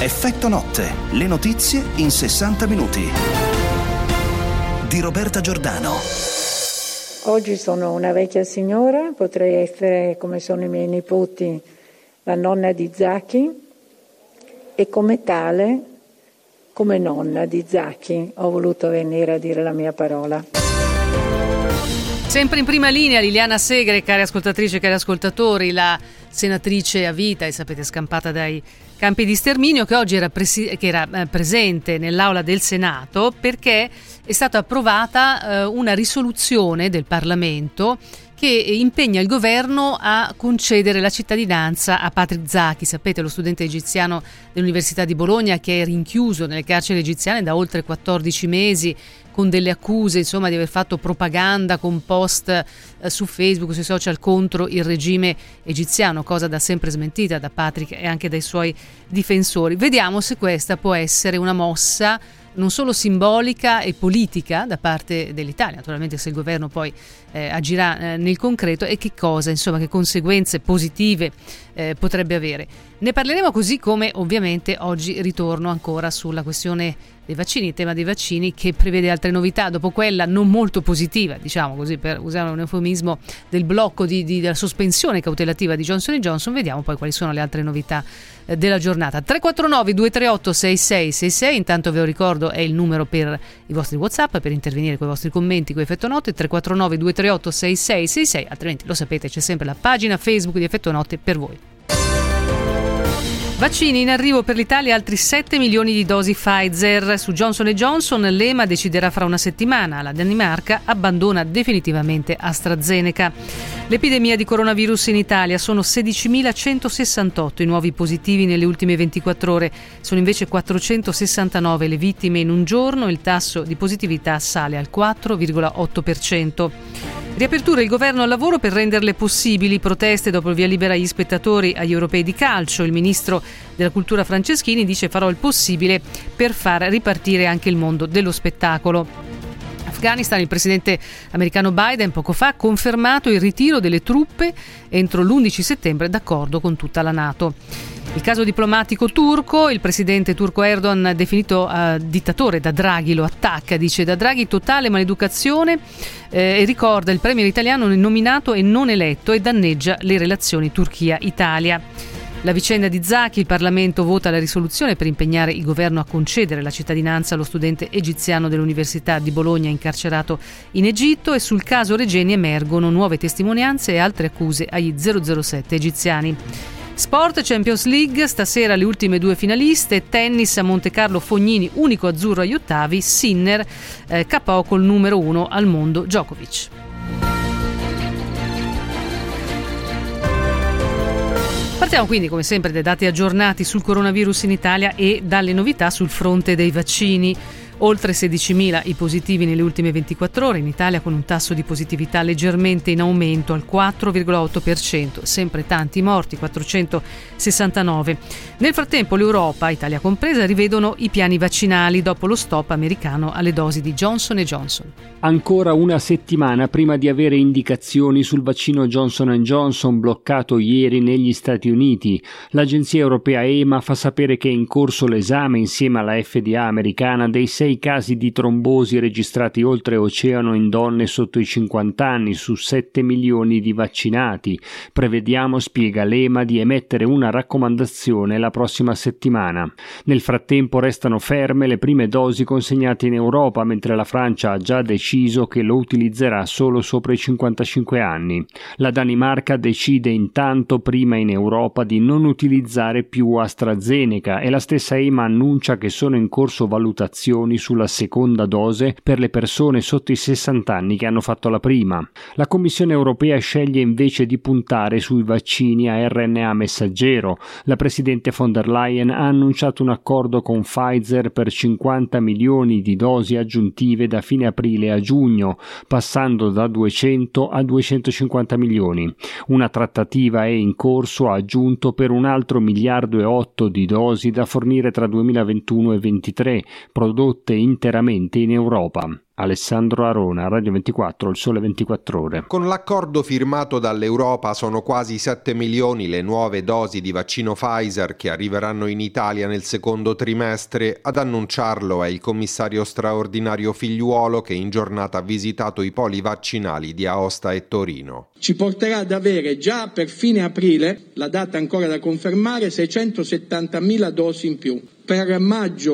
Effetto notte, le notizie in 60 minuti. Di Roberta Giordano. Oggi sono una vecchia signora, potrei essere, come sono i miei nipoti, la nonna di Zaki, e come tale, come nonna di Zaki, ho voluto venire a dire la mia parola. Sempre in prima linea Liliana Segre, cari ascoltatrici e cari ascoltatori, la senatrice a vita, e sapete, scampata dai campi di sterminio, che oggi era presente nell'aula del Senato perché è stata approvata una risoluzione del Parlamento che impegna il governo a concedere la cittadinanza a Patrick Zaki, sapete, lo studente egiziano dell'Università di Bologna che è rinchiuso nelle carceri egiziane da oltre 14 mesi con delle accuse, insomma, di aver fatto propaganda con post su Facebook, sui social contro il regime egiziano, cosa da sempre smentita da Patrick e anche dai suoi difensori. Vediamo se questa può essere una mossa non solo simbolica e politica da parte dell'Italia, naturalmente se il governo poi agirà nel concreto, e che cosa, insomma, che conseguenze positive potrebbe avere. Ne parleremo, così come ovviamente oggi ritorno ancora sulla questione dei vaccini, il tema dei vaccini, che prevede altre novità dopo quella non molto positiva, diciamo così per usare un eufemismo, del blocco della sospensione cautelativa di Johnson & Johnson. Vediamo poi quali sono le altre novità della giornata. 349 238 6666, intanto ve lo ricordo, è il numero per i vostri WhatsApp, per intervenire con i vostri commenti, con Effetto Notte. 349 238 6666, altrimenti lo sapete, c'è sempre la pagina Facebook di Effetto Notte per voi. Vaccini in arrivo per l'Italia, altri 7 milioni di dosi Pfizer. Su Johnson & Johnson l'EMA deciderà fra una settimana. La Danimarca abbandona definitivamente AstraZeneca. L'epidemia di coronavirus in Italia: sono 16.168 i nuovi positivi nelle ultime 24 ore. Sono invece 469 le vittime in un giorno. Il tasso di positività sale al 4,8%. Riapertura, il governo al lavoro per renderle possibili. Proteste dopo il via libera agli spettatori agli europei di calcio. Il ministro della cultura Franceschini dice: farò il possibile per far ripartire anche il mondo dello spettacolo. Afghanistan, il presidente americano Biden poco fa ha confermato il ritiro delle truppe entro l'11 settembre, d'accordo con tutta la NATO. Il caso diplomatico turco: il presidente turco Erdogan, definito dittatore da Draghi, lo attacca, dice: da Draghi totale maleducazione, e ricorda il premier italiano nominato e non eletto, e danneggia le relazioni Turchia-Italia. La vicenda di Zaki: il Parlamento vota la risoluzione per impegnare il governo a concedere la cittadinanza allo studente egiziano dell'Università di Bologna incarcerato in Egitto, e sul caso Regeni emergono nuove testimonianze e altre accuse agli 007 egiziani. Sport, Champions League, stasera le ultime due finaliste. Tennis a Monte Carlo, Fognini unico azzurro agli ottavi, Sinner KO col numero 1 al mondo Djokovic. Partiamo quindi, come sempre, dai dati aggiornati sul coronavirus in Italia e dalle novità sul fronte dei vaccini. Oltre 16.000 i positivi nelle ultime 24 ore in Italia, con un tasso di positività leggermente in aumento al 4,8%, sempre tanti morti, 469. Nel frattempo l'Europa, Italia compresa, rivedono i piani vaccinali dopo lo stop americano alle dosi di Johnson & Johnson. Ancora una settimana prima di avere indicazioni sul vaccino Johnson & Johnson, bloccato ieri negli Stati Uniti. L'agenzia europea EMA fa sapere che è in corso l'esame, insieme alla FDA americana, dei 6 casi di trombosi registrati oltreoceano in donne sotto i 50 anni su 7 milioni di vaccinati. Prevediamo, spiega l'EMA, di emettere una raccomandazione la prossima settimana. Nel frattempo restano ferme le prime dosi consegnate in Europa, mentre la Francia ha già deciso che lo utilizzerà solo sopra i 55 anni. La Danimarca decide intanto, prima in Europa, di non utilizzare più AstraZeneca, e la stessa EMA annuncia che sono in corso valutazioni sulla seconda dose per le persone sotto i 60 anni che hanno fatto la prima. La Commissione europea sceglie invece di puntare sui vaccini a RNA messaggero. La Presidente von der Leyen ha annunciato un accordo con Pfizer per 50 milioni di dosi aggiuntive da fine aprile a giugno, passando da 200 a 250 milioni. Una trattativa è in corso, ha aggiunto, per un altro 1,8 miliardi di dosi da fornire tra 2021 e 2023, prodotte prodotte interamente in Europa. Alessandro Arona, Radio 24, Il Sole 24 Ore. Con l'accordo firmato dall'Europa sono quasi 7 milioni le nuove dosi di vaccino Pfizer che arriveranno in Italia nel secondo trimestre. Ad annunciarlo è il commissario straordinario Figliuolo, che in giornata ha visitato i poli vaccinali di Aosta e Torino. Ci porterà ad avere già per fine aprile, la data ancora da confermare, 670.000 dosi in più. Per maggio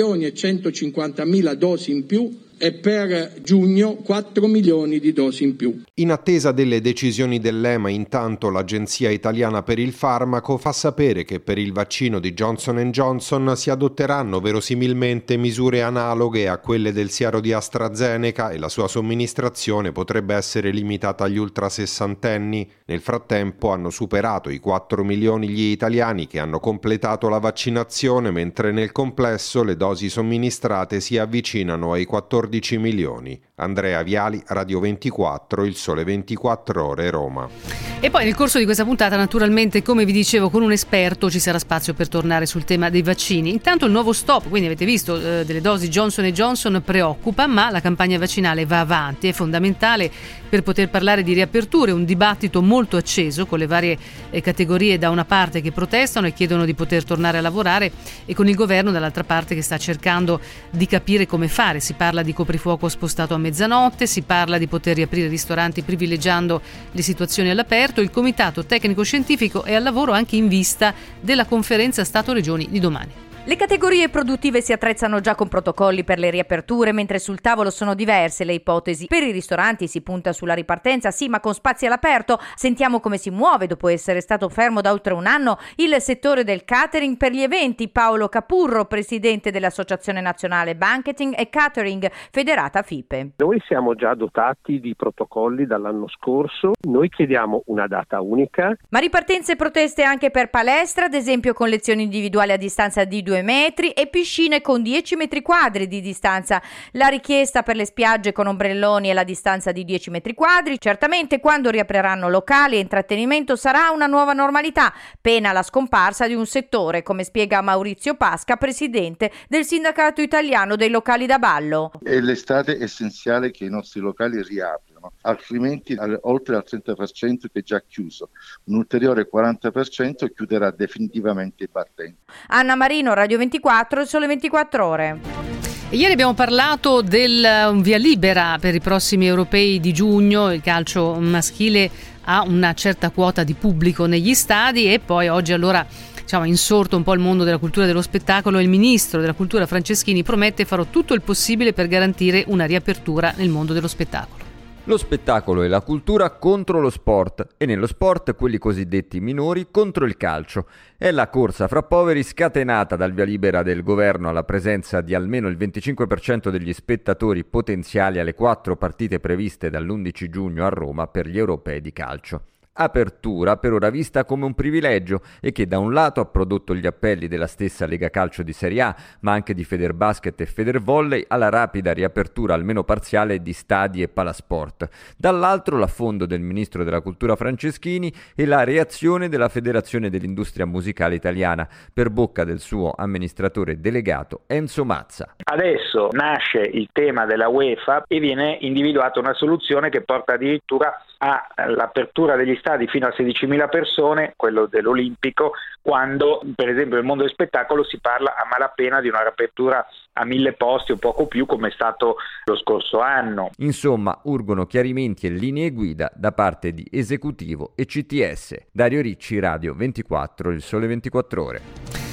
2.150.000 dosi in più e per giugno 4 milioni di dosi in più. In attesa delle decisioni dell'EMA, intanto l'Agenzia Italiana per il Farmaco fa sapere che per il vaccino di Johnson & Johnson si adotteranno verosimilmente misure analoghe a quelle del siero di AstraZeneca e la sua somministrazione potrebbe essere limitata agli ultrasessantenni. Nel frattempo hanno superato i 4 milioni gli italiani che hanno completato la vaccinazione, mentre nel complesso le dosi somministrate si avvicinano ai 14 milioni. Andrea Viali, Radio 24, Il Sole 24 Ore, Roma. E poi nel corso di questa puntata, naturalmente, come vi dicevo, con un esperto ci sarà spazio per tornare sul tema dei vaccini. Intanto il nuovo stop, quindi avete visto, delle dosi Johnson & Johnson preoccupa, ma la campagna vaccinale va avanti, è fondamentale per poter parlare di riaperture, un dibattito molto acceso con le varie categorie da una parte che protestano e chiedono di poter tornare a lavorare e con il governo dall'altra parte che sta cercando di capire come fare. Si parla di coprifuoco spostato a mezzanotte, si parla di poter riaprire ristoranti privilegiando le situazioni all'aperto. Il comitato tecnico-scientifico è al lavoro anche in vista della conferenza Stato-Regioni di domani. Le categorie produttive si attrezzano già con protocolli per le riaperture, mentre sul tavolo sono diverse le ipotesi. Per i ristoranti si punta sulla ripartenza, sì, ma con spazi all'aperto. Sentiamo come si muove, dopo essere stato fermo da oltre un anno, il settore del catering per gli eventi. Paolo Capurro, presidente dell'Associazione Nazionale Banqueting e Catering, federata FIPE. Noi siamo già dotati di protocolli dall'anno scorso. Noi chiediamo una data unica. Ma ripartenze e proteste anche per palestra, ad esempio con lezioni individuali a distanza di 2 metri e piscine con 10 metri quadri di distanza. La richiesta per le spiagge con ombrelloni e la distanza di 10 metri quadri. Certamente quando riapriranno locali e intrattenimento sarà una nuova normalità, pena la scomparsa di un settore, come spiega Maurizio Pasca, presidente del Sindacato Italiano dei Locali da Ballo. È l'estate essenziale che i nostri locali riaprano, altrimenti oltre al 30% che è già chiuso, un ulteriore 40% chiuderà definitivamente i battenti. Anna Marino, Radio 24, Il Sole 24 Ore. Ieri abbiamo parlato del via libera per i prossimi europei di giugno. Il calcio maschile ha una certa quota di pubblico negli stadi e poi oggi allora è insorto un po' il mondo della cultura e dello spettacolo e il ministro della cultura Franceschini promette farò tutto il possibile per garantire una riapertura nel mondo dello spettacolo. Lo spettacolo e la cultura contro lo sport e nello sport quelli cosiddetti minori contro il calcio. È la corsa fra poveri scatenata dal via libera del governo alla presenza di almeno il 25% degli spettatori potenziali alle 4 partite previste dall'11 giugno a Roma per gli europei di calcio. Apertura per ora vista come un privilegio e che da un lato ha prodotto gli appelli della stessa Lega Calcio di Serie A, ma anche di Federbasket e Federvolley alla rapida riapertura almeno parziale di stadi e palasport. Dall'altro l'affondo del ministro della cultura Franceschini e la reazione della Federazione dell'Industria Musicale Italiana per bocca del suo amministratore delegato Enzo Mazza. Adesso nasce il tema della UEFA e viene individuata una soluzione che porta addirittura all'apertura degli stadi fino a 16.000 persone, quello dell'Olimpico, quando per esempio nel mondo del spettacolo si parla a malapena di una riapertura a 1.000 posti o poco più come è stato lo scorso anno. Insomma, urgono chiarimenti e linee guida da parte di esecutivo e CTS. Dario Ricci, Radio 24, Il Sole 24 Ore.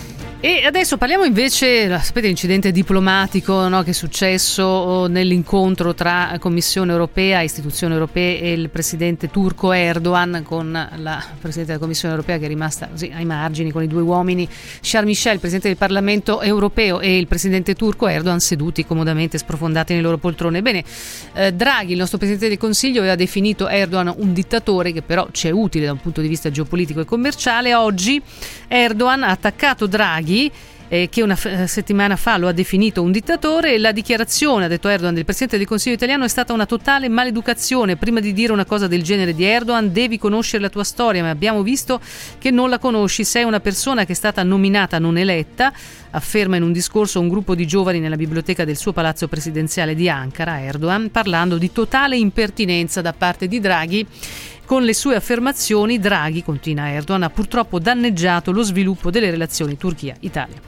E adesso parliamo invece, sapete, dell'incidente diplomatico, no, che è successo nell'incontro tra Commissione Europea, istituzioni europee e il presidente turco Erdogan, con la presidente della Commissione Europea che è rimasta così ai margini con i due uomini, Charles Michel, presidente del Parlamento Europeo, e il presidente turco Erdogan seduti comodamente sprofondati nelle loro poltrone. Bene, Draghi, il nostro presidente del Consiglio, aveva definito Erdogan un dittatore che però ci è utile da un punto di vista geopolitico e commerciale. Oggi Erdogan ha attaccato Draghi che una settimana fa lo ha definito un dittatore. La dichiarazione, ha detto Erdogan, del Presidente del Consiglio italiano è stata una totale maleducazione. Prima di dire una cosa del genere di Erdogan devi conoscere la tua storia, ma abbiamo visto che non la conosci. Sei una persona che è stata nominata, non eletta, afferma in un discorso a un gruppo di giovani nella biblioteca del suo palazzo presidenziale di Ankara, Erdogan, parlando di totale impertinenza da parte di Draghi. Con le sue affermazioni Draghi, continua Erdogan, ha purtroppo danneggiato lo sviluppo delle relazioni Turchia-Italia.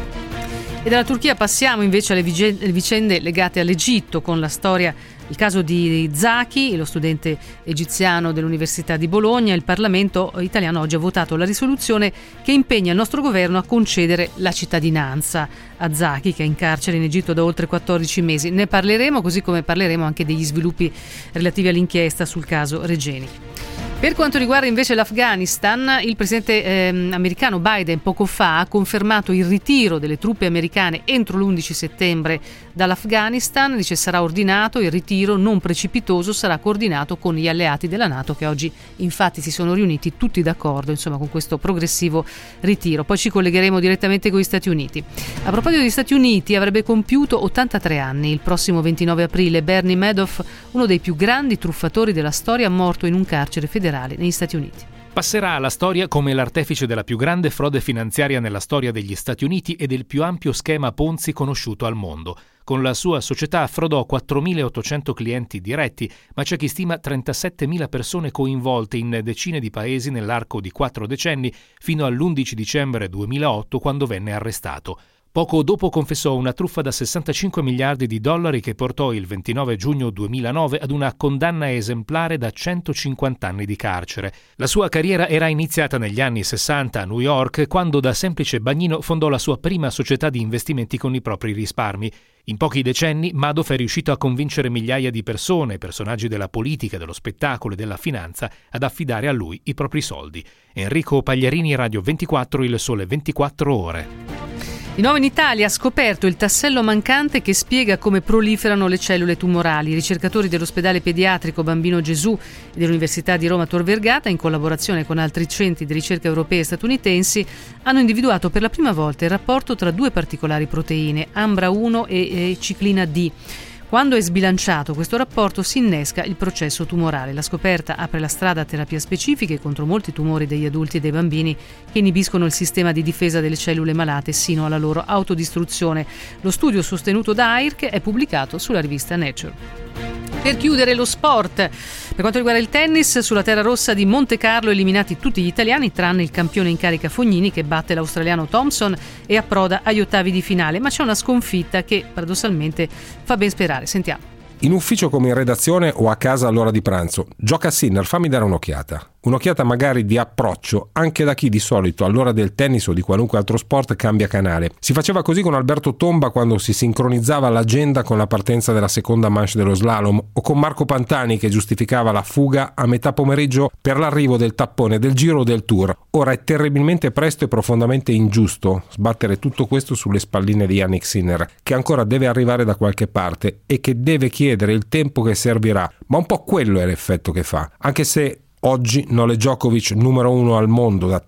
E dalla Turchia passiamo invece alle vicende legate all'Egitto, con la storia, il caso di Zaki, lo studente egiziano dell'Università di Bologna. Il Parlamento italiano oggi ha votato la risoluzione che impegna il nostro governo a concedere la cittadinanza a Zaki, che è in carcere in Egitto da oltre 14 mesi. Ne parleremo, così come parleremo anche degli sviluppi relativi all'inchiesta sul caso Regeni. Per quanto riguarda invece l'Afghanistan, il presidente americano Biden poco fa ha confermato il ritiro delle truppe americane entro l'11 settembre dall'Afghanistan. Dice sarà ordinato il ritiro non precipitoso, sarà coordinato con gli alleati della NATO, che oggi infatti si sono riuniti tutti d'accordo, insomma, con questo progressivo ritiro. Poi ci collegheremo direttamente con gli Stati Uniti. A proposito degli Stati Uniti, avrebbe compiuto 83 anni il prossimo 29 aprile Bernie Madoff, uno dei più grandi truffatori della storia, morto in un carcere federale negli Stati Uniti. Passerà alla storia come l'artefice della più grande frode finanziaria nella storia degli Stati Uniti e del più ampio schema Ponzi conosciuto al mondo. Con la sua società frodò 4.800 clienti diretti, ma c'è chi stima 37.000 persone coinvolte in decine di paesi nell'arco di 4 decenni, fino all'11 dicembre 2008, quando venne arrestato. Poco dopo confessò una truffa da 65 miliardi di dollari che portò il 29 giugno 2009 ad una condanna esemplare da 150 anni di carcere. La sua carriera era iniziata negli anni 60 a New York, quando da semplice bagnino fondò la sua prima società di investimenti con i propri risparmi. In pochi decenni Madoff è riuscito a convincere migliaia di persone, personaggi della politica, dello spettacolo e della finanza, ad affidare a lui i propri soldi. Enrico Pagliarini, Radio 24, Il Sole 24 Ore. Di nuovo in Italia ha scoperto il tassello mancante che spiega come proliferano le cellule tumorali. I ricercatori dell'ospedale pediatrico Bambino Gesù e dell'Università di Roma Tor Vergata, in collaborazione con altri centri di ricerca europei e statunitensi, hanno individuato per la prima volta il rapporto tra due particolari proteine, Ambra1 e ciclina D. Quando è sbilanciato questo rapporto si innesca il processo tumorale. La scoperta apre la strada a terapie specifiche contro molti tumori degli adulti e dei bambini che inibiscono il sistema di difesa delle cellule malate sino alla loro autodistruzione. Lo studio sostenuto da AIRC è pubblicato sulla rivista Nature. Per chiudere lo sport, per quanto riguarda il tennis, sulla terra rossa di Monte Carlo eliminati tutti gli italiani tranne il campione in carica Fognini, che batte l'australiano Thompson e approda agli ottavi di finale, ma c'è una sconfitta che paradossalmente fa ben sperare. Sentiamo. In ufficio come in redazione o a casa all'ora di pranzo, gioca Sinner, fammi dare un'occhiata. Un'occhiata magari di approccio anche da chi di solito all'ora del tennis o di qualunque altro sport cambia canale. Si faceva così con Alberto Tomba quando si sincronizzava l'agenda con la partenza della seconda manche dello slalom, o con Marco Pantani che giustificava la fuga a metà pomeriggio per l'arrivo del tappone del Giro o del Tour. Ora è terribilmente presto e profondamente ingiusto sbattere tutto questo sulle spalline di Jannik Sinner, che ancora deve arrivare da qualche parte e che deve chiedere il tempo che servirà, ma un po' quello è l'effetto che fa, anche se oggi Novak Djokovic numero 1 al mondo da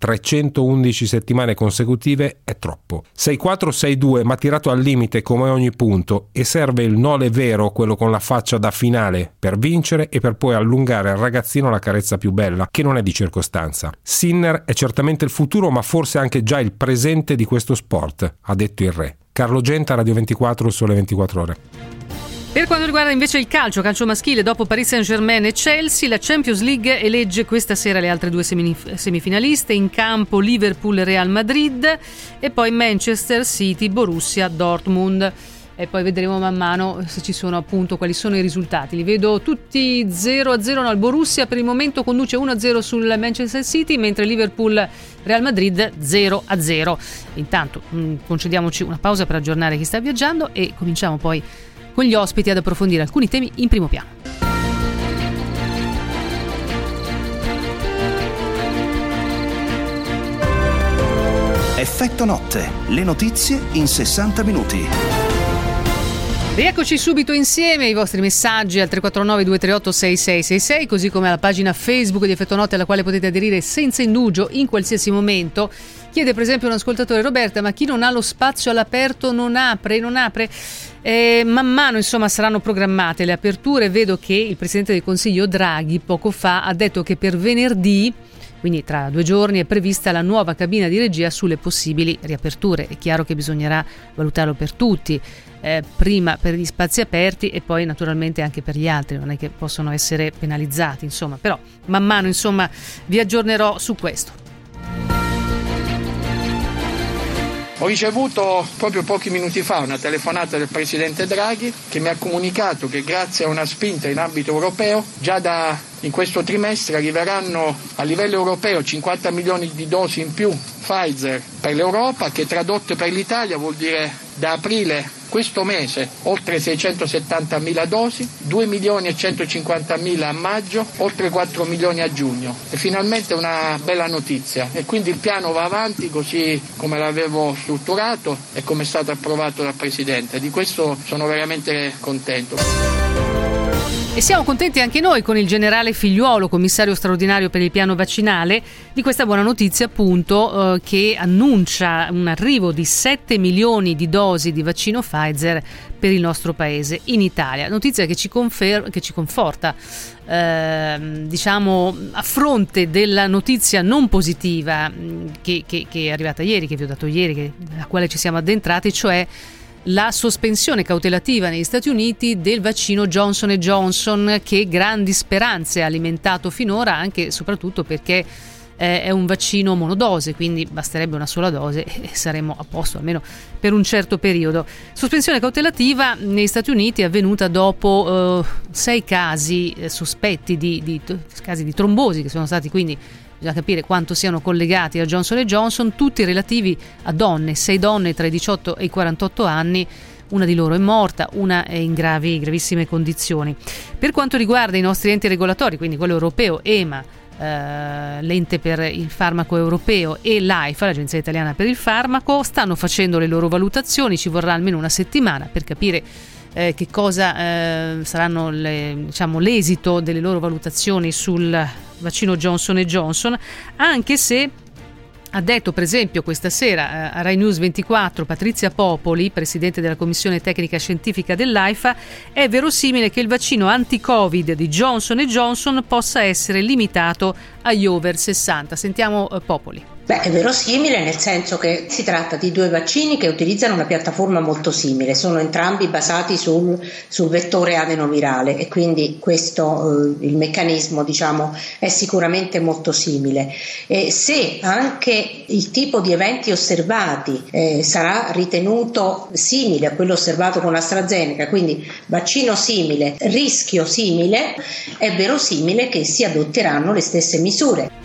311 settimane consecutive è troppo. 6-4, 6-2, ma tirato al limite come ogni punto, e serve il nole vero, quello con la faccia da finale, per vincere e per poi allungare al ragazzino la carezza più bella, che non è di circostanza. Sinner è certamente il futuro, ma forse anche già il presente di questo sport, ha detto il re. Carlo Genta, Radio 24, Sole 24 Ore. Per quanto riguarda invece il calcio maschile, dopo Paris Saint-Germain e Chelsea, la Champions League elegge questa sera le altre due semifinaliste. In campo Liverpool-Real Madrid e poi Manchester City-Borussia Dortmund. E poi vedremo man mano se ci sono, appunto, quali sono i risultati. Li vedo tutti 0-0, no, il Borussia per il momento conduce 1-0 sul Manchester City, mentre Liverpool-Real Madrid 0-0. Intanto concediamoci una pausa per aggiornare chi sta viaggiando e cominciamo poi con gli ospiti ad approfondire alcuni temi in primo piano. Effetto notte, le notizie in 60 minuti. Rieccoci subito insieme, i vostri messaggi al 349 238 6666, così come alla pagina Facebook di Effetto Notte, alla quale potete aderire senza indugio in qualsiasi momento. Chiede per esempio un ascoltatore: Roberta, ma chi non ha lo spazio all'aperto non apre? Man mano insomma saranno programmate le aperture. Vedo che il Presidente del Consiglio Draghi poco fa ha detto che per venerdì, quindi tra 2 giorni, è prevista la nuova cabina di regia sulle possibili riaperture. È chiaro che bisognerà valutarlo per tutti, prima per gli spazi aperti e poi naturalmente anche per gli altri, non è che possono essere penalizzati, insomma, però man mano insomma vi aggiornerò su questo. Ho ricevuto proprio pochi minuti fa una telefonata del Presidente Draghi che mi ha comunicato che grazie a una spinta in ambito europeo già in questo trimestre arriveranno a livello europeo 50 milioni di dosi in più Pfizer per l'Europa, che tradotte per l'Italia vuol dire da aprile questo mese oltre 670.000 dosi, 2 milioni e 150.000 a maggio, oltre 4 milioni a giugno. E finalmente una bella notizia, e quindi il piano va avanti così come l'avevo strutturato e come è stato approvato dal Presidente. Di questo sono veramente contento. E siamo contenti anche noi con il generale Figliuolo, commissario straordinario per il piano vaccinale, di questa buona notizia appunto che annuncia un arrivo di 7 milioni di dosi di vaccino Pfizer per il nostro paese in Italia. Notizia che ci conforta, diciamo, a fronte della notizia non positiva che è arrivata ieri, che vi ho dato ieri, alla quale ci siamo addentrati, cioè la sospensione cautelativa negli Stati Uniti del vaccino Johnson & Johnson, che grandi speranze ha alimentato finora, anche e soprattutto perché è un vaccino monodose, quindi basterebbe una sola dose e saremmo a posto almeno per un certo periodo. Sospensione cautelativa negli Stati Uniti è avvenuta dopo 6 casi sospetti di casi di trombosi che sono stati, quindi bisogna capire quanto siano collegati a Johnson & Johnson, tutti relativi a donne, 6 donne tra i 18 e i 48 anni, una di loro è morta, una è in gravissime condizioni. Per quanto riguarda i nostri enti regolatori, quindi quello europeo, EMA, l'ente per il farmaco europeo, e l'AIFA, l'Agenzia Italiana per il Farmaco, stanno facendo le loro valutazioni. Ci vorrà almeno una settimana per capire che cosa saranno l'esito delle loro valutazioni sul vaccino Johnson & Johnson, anche se ha detto per esempio questa sera a Rai News 24 Patrizia Popoli, presidente della commissione tecnica scientifica dell'AIFA, è verosimile che il vaccino anti-Covid di Johnson & Johnson possa essere limitato agli over 60. Sentiamo Popoli. È verosimile nel senso che si tratta di 2 vaccini che utilizzano una piattaforma molto simile, sono entrambi basati sul vettore adenovirale e quindi questo il meccanismo è sicuramente molto simile. Se anche il tipo di eventi osservati sarà ritenuto simile a quello osservato con AstraZeneca, quindi vaccino simile, rischio simile, è verosimile che si adotteranno le stesse misure.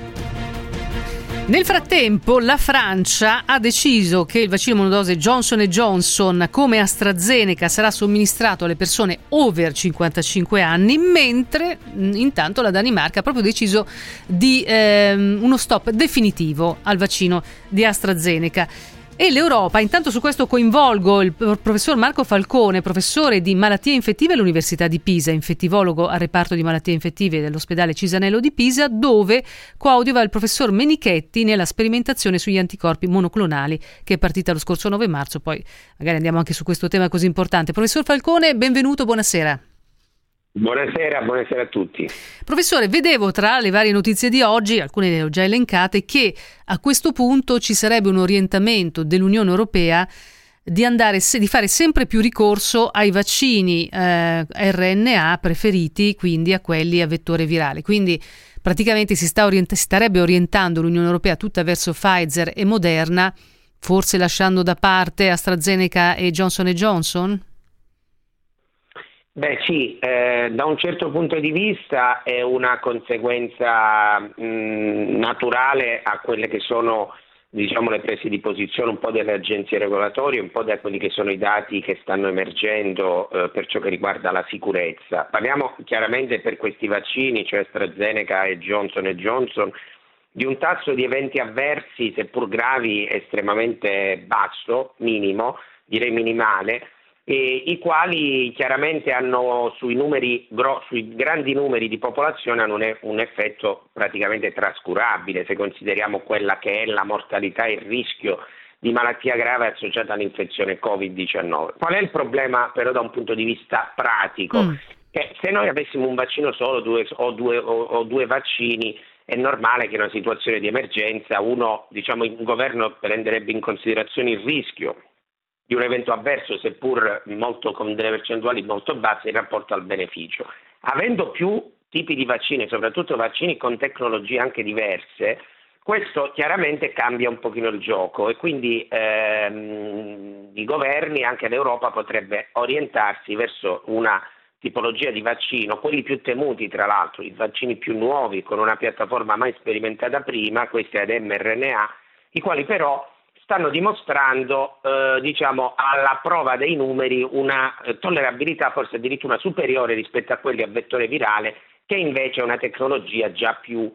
Nel frattempo la Francia ha deciso che il vaccino monodose Johnson & Johnson come AstraZeneca sarà somministrato alle persone over 55 anni, mentre intanto la Danimarca ha proprio deciso di uno stop definitivo al vaccino di AstraZeneca. E l'Europa, intanto su questo coinvolgo il professor Marco Falcone, professore di malattie infettive all'Università di Pisa, infettivologo al reparto di malattie infettive dell'ospedale Cisanello di Pisa, dove coadiuva il professor Menichetti nella sperimentazione sugli anticorpi monoclonali che è partita lo scorso 9 marzo. Poi magari andiamo anche su questo tema così importante. Professor Falcone, benvenuto, buonasera. Buonasera a tutti. Professore, vedevo tra le varie notizie di oggi, alcune le ho già elencate, che a questo punto ci sarebbe un orientamento dell'Unione Europea di fare sempre più ricorso ai vaccini RNA preferiti, quindi a quelli a vettore virale. Quindi praticamente si starebbe orientando l'Unione Europea tutta verso Pfizer e Moderna, forse lasciando da parte AstraZeneca e Johnson & Johnson? Sì, da un certo punto di vista è una conseguenza naturale a quelle che sono, le prese di posizione un po' delle agenzie regolatorie, un po' da quelli che sono i dati che stanno emergendo per ciò che riguarda la sicurezza. Parliamo chiaramente per questi vaccini, cioè AstraZeneca e Johnson & Johnson, di un tasso di eventi avversi, seppur gravi, estremamente basso, minimo, direi minimale, i quali chiaramente hanno sui grandi numeri di popolazione hanno un effetto praticamente trascurabile, se consideriamo quella che è la mortalità e il rischio di malattia grave associata all'infezione Covid-19. Qual è il problema però da un punto di vista pratico? Che se noi avessimo un vaccino solo o due vaccini, è normale che in una situazione di emergenza il governo prenderebbe in considerazione il rischio di un evento avverso, seppur con delle percentuali molto basse in rapporto al beneficio. Avendo più tipi di vaccini, soprattutto vaccini con tecnologie anche diverse, questo chiaramente cambia un pochino il gioco e quindi i governi, anche l'Europa, potrebbe orientarsi verso una tipologia di vaccino, quelli più temuti tra l'altro, i vaccini più nuovi con una piattaforma mai sperimentata prima, questi ad mRNA, i quali però stanno dimostrando alla prova dei numeri una tollerabilità forse addirittura superiore rispetto a quelli a vettore virale, che invece è una tecnologia già più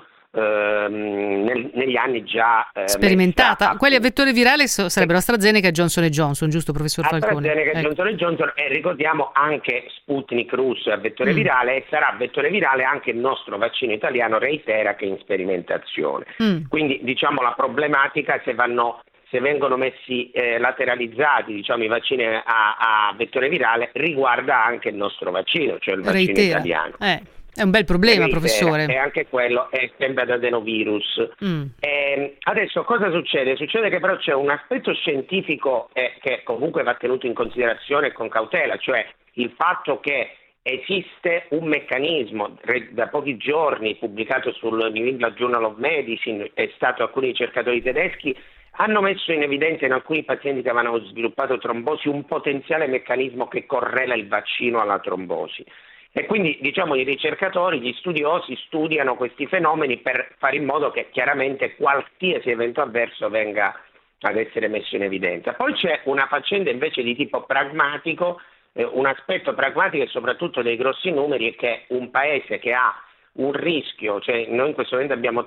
negli anni già sperimentata. Quelli a vettore virale sarebbero AstraZeneca e Johnson & Johnson, giusto professor Falcone? AstraZeneca e Johnson & Johnson, e ricordiamo anche Sputnik russo è a vettore virale, e sarà a vettore virale anche il nostro vaccino italiano Reitera, che è in sperimentazione. Quindi la problematica, se vengono messi lateralizzati i vaccini a vettore virale, riguarda anche il nostro vaccino, cioè il vaccino italiano. È un bel problema, professore. E anche quello è sempre ad adenovirus. Adesso cosa succede? Succede che però c'è un aspetto scientifico che comunque va tenuto in considerazione con cautela, cioè il fatto che esiste un meccanismo da pochi giorni pubblicato sul New England Journal of Medicine, alcuni ricercatori tedeschi hanno messo in evidenza in alcuni pazienti che avevano sviluppato trombosi un potenziale meccanismo che correla il vaccino alla trombosi. E quindi i ricercatori, gli studiosi studiano questi fenomeni per fare in modo che chiaramente qualsiasi evento avverso venga ad essere messo in evidenza. Poi c'è una faccenda invece di tipo pragmatico, un aspetto pragmatico e soprattutto dei grossi numeri è che un paese che ha un rischio, cioè noi in questo momento abbiamo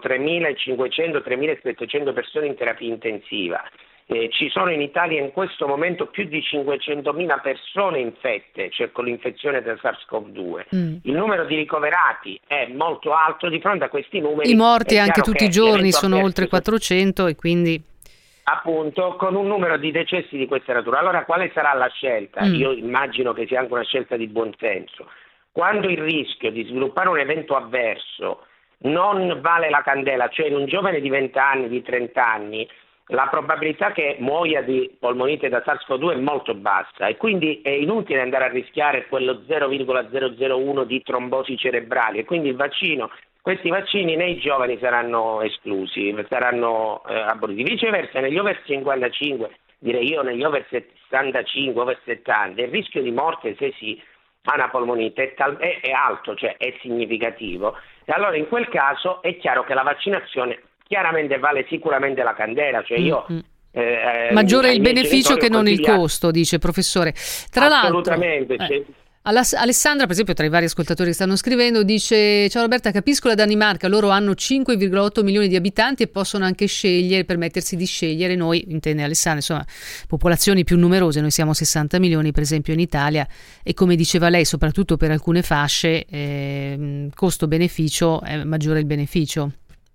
3.500-3.700 persone in terapia intensiva. Ci sono in Italia in questo momento più di 500.000 persone infette, cioè con l'infezione da SARS-CoV-2. Il numero di ricoverati è molto alto di fronte a questi numeri. I morti anche tutti i giorni sono oltre 400 e quindi... Appunto, con un numero di decessi di questa natura. Allora quale sarà la scelta? Io immagino che sia anche una scelta di buonsenso. Quando il rischio di sviluppare un evento avverso non vale la candela, cioè in un giovane di 20 anni, di 30 anni, la probabilità che muoia di polmonite da SARS-CoV-2 è molto bassa e quindi è inutile andare a rischiare quello 0,001 di trombosi cerebrali, e quindi questi vaccini nei giovani saranno esclusi, saranno aboliti. Viceversa, negli over 55, direi io negli over 65, over 70, il rischio di morte se si ha una polmonite è alto, cioè è significativo, e allora in quel caso è chiaro che la vaccinazione chiaramente vale sicuramente la candela, cioè io maggiore il beneficio che non il costo, dice professore. Tra assolutamente, l'altro Alessandra, per esempio, tra i vari ascoltatori che stanno scrivendo, dice: ciao Roberta, capisco la Danimarca, loro hanno 5,8 milioni di abitanti e possono anche permettersi di scegliere. Noi, intende Alessandra, insomma, popolazioni più numerose, noi siamo 60 milioni per esempio in Italia, e come diceva lei, soprattutto per alcune fasce costo-beneficio è maggiore il beneficio.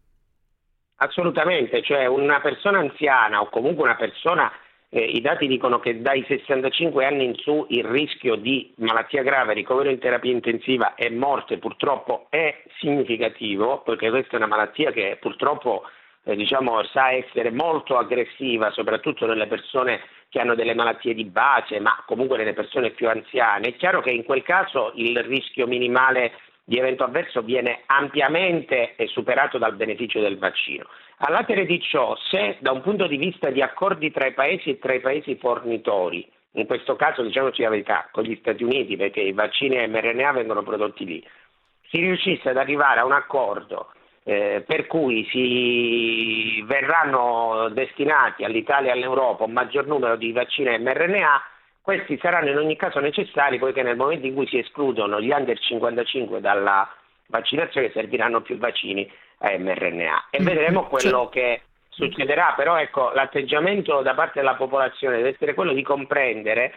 Assolutamente, cioè una persona anziana o comunque una persona, i dati dicono che dai 65 anni in su il rischio di malattia grave, ricovero in terapia intensiva e morte purtroppo è significativo, perché questa è una malattia che purtroppo sa essere molto aggressiva, soprattutto nelle persone che hanno delle malattie di base, ma comunque nelle persone più anziane. È chiaro che in quel caso il rischio minimale di evento avverso viene ampiamente superato dal beneficio del vaccino. All'atere di ciò, se da un punto di vista di accordi tra i paesi e tra i paesi fornitori, in questo caso diciamoci la verità, con gli Stati Uniti, perché i vaccini mRNA vengono prodotti lì, si riuscisse ad arrivare a un accordo per cui si verranno destinati all'Italia e all'Europa un maggior numero di vaccini mRNA, questi saranno in ogni caso necessari, poiché nel momento in cui si escludono gli under 55 dalla vaccinazione serviranno più vaccini a mRNA. E vedremo quello che succederà, però ecco, l'atteggiamento da parte della popolazione deve essere quello di comprendere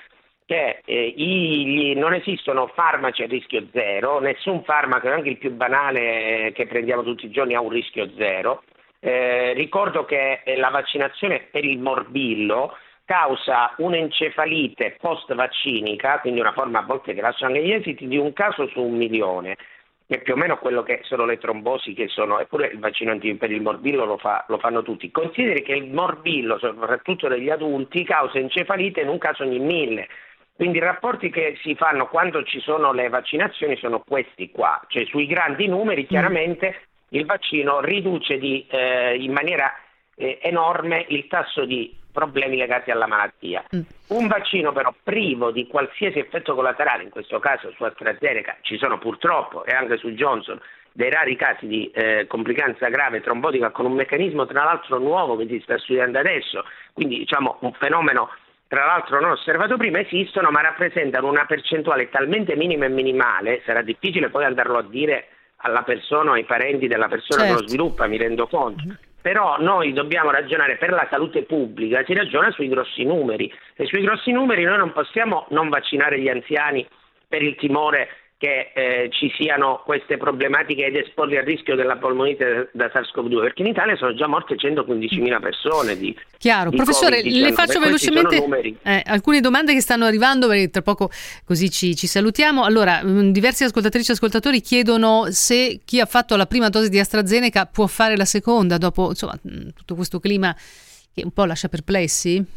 che non esistono farmaci a rischio zero, nessun farmaco, anche il più banale che prendiamo tutti i giorni, ha un rischio zero. Ricordo che la vaccinazione per il morbillo causa un'encefalite post-vaccinica, quindi una forma a volte che lascia anche gli esiti, di un caso su 1 milione, che è più o meno quello che sono le trombosi, che sono, eppure il vaccino per il morbillo lo fanno tutti. Consideri che il morbillo, soprattutto degli adulti, causa encefalite in un caso ogni 1000. Quindi i rapporti che si fanno quando ci sono le vaccinazioni sono questi qua, cioè sui grandi numeri chiaramente il vaccino riduce in maniera enorme il tasso di problemi legati alla malattia. Un vaccino però privo di qualsiasi effetto collaterale, in questo caso su AstraZeneca ci sono purtroppo, e anche su Johnson, dei rari casi di complicanza grave trombotica con un meccanismo tra l'altro nuovo che si sta studiando adesso, quindi diciamo un fenomeno tra l'altro non osservato prima, esistono, ma rappresentano una percentuale talmente minima e minimale, sarà difficile poi andarlo a dire alla persona o ai parenti della persona che lo sviluppa, mi rendo conto. Però noi dobbiamo ragionare per la salute pubblica, si ragiona sui grossi numeri, e sui grossi numeri noi non possiamo non vaccinare gli anziani per il timore che ci siano queste problematiche ed esporli al rischio della polmonite da SARS-CoV-2, perché in Italia sono già morte 115.000 persone di Chiaro, di professore, COVID-19. le faccio velocemente alcune domande che stanno arrivando, perché tra poco così ci salutiamo. Allora, diversi ascoltatrici e ascoltatori chiedono se chi ha fatto la prima dose di AstraZeneca può fare la seconda dopo, insomma, tutto questo clima che un po' lascia perplessi.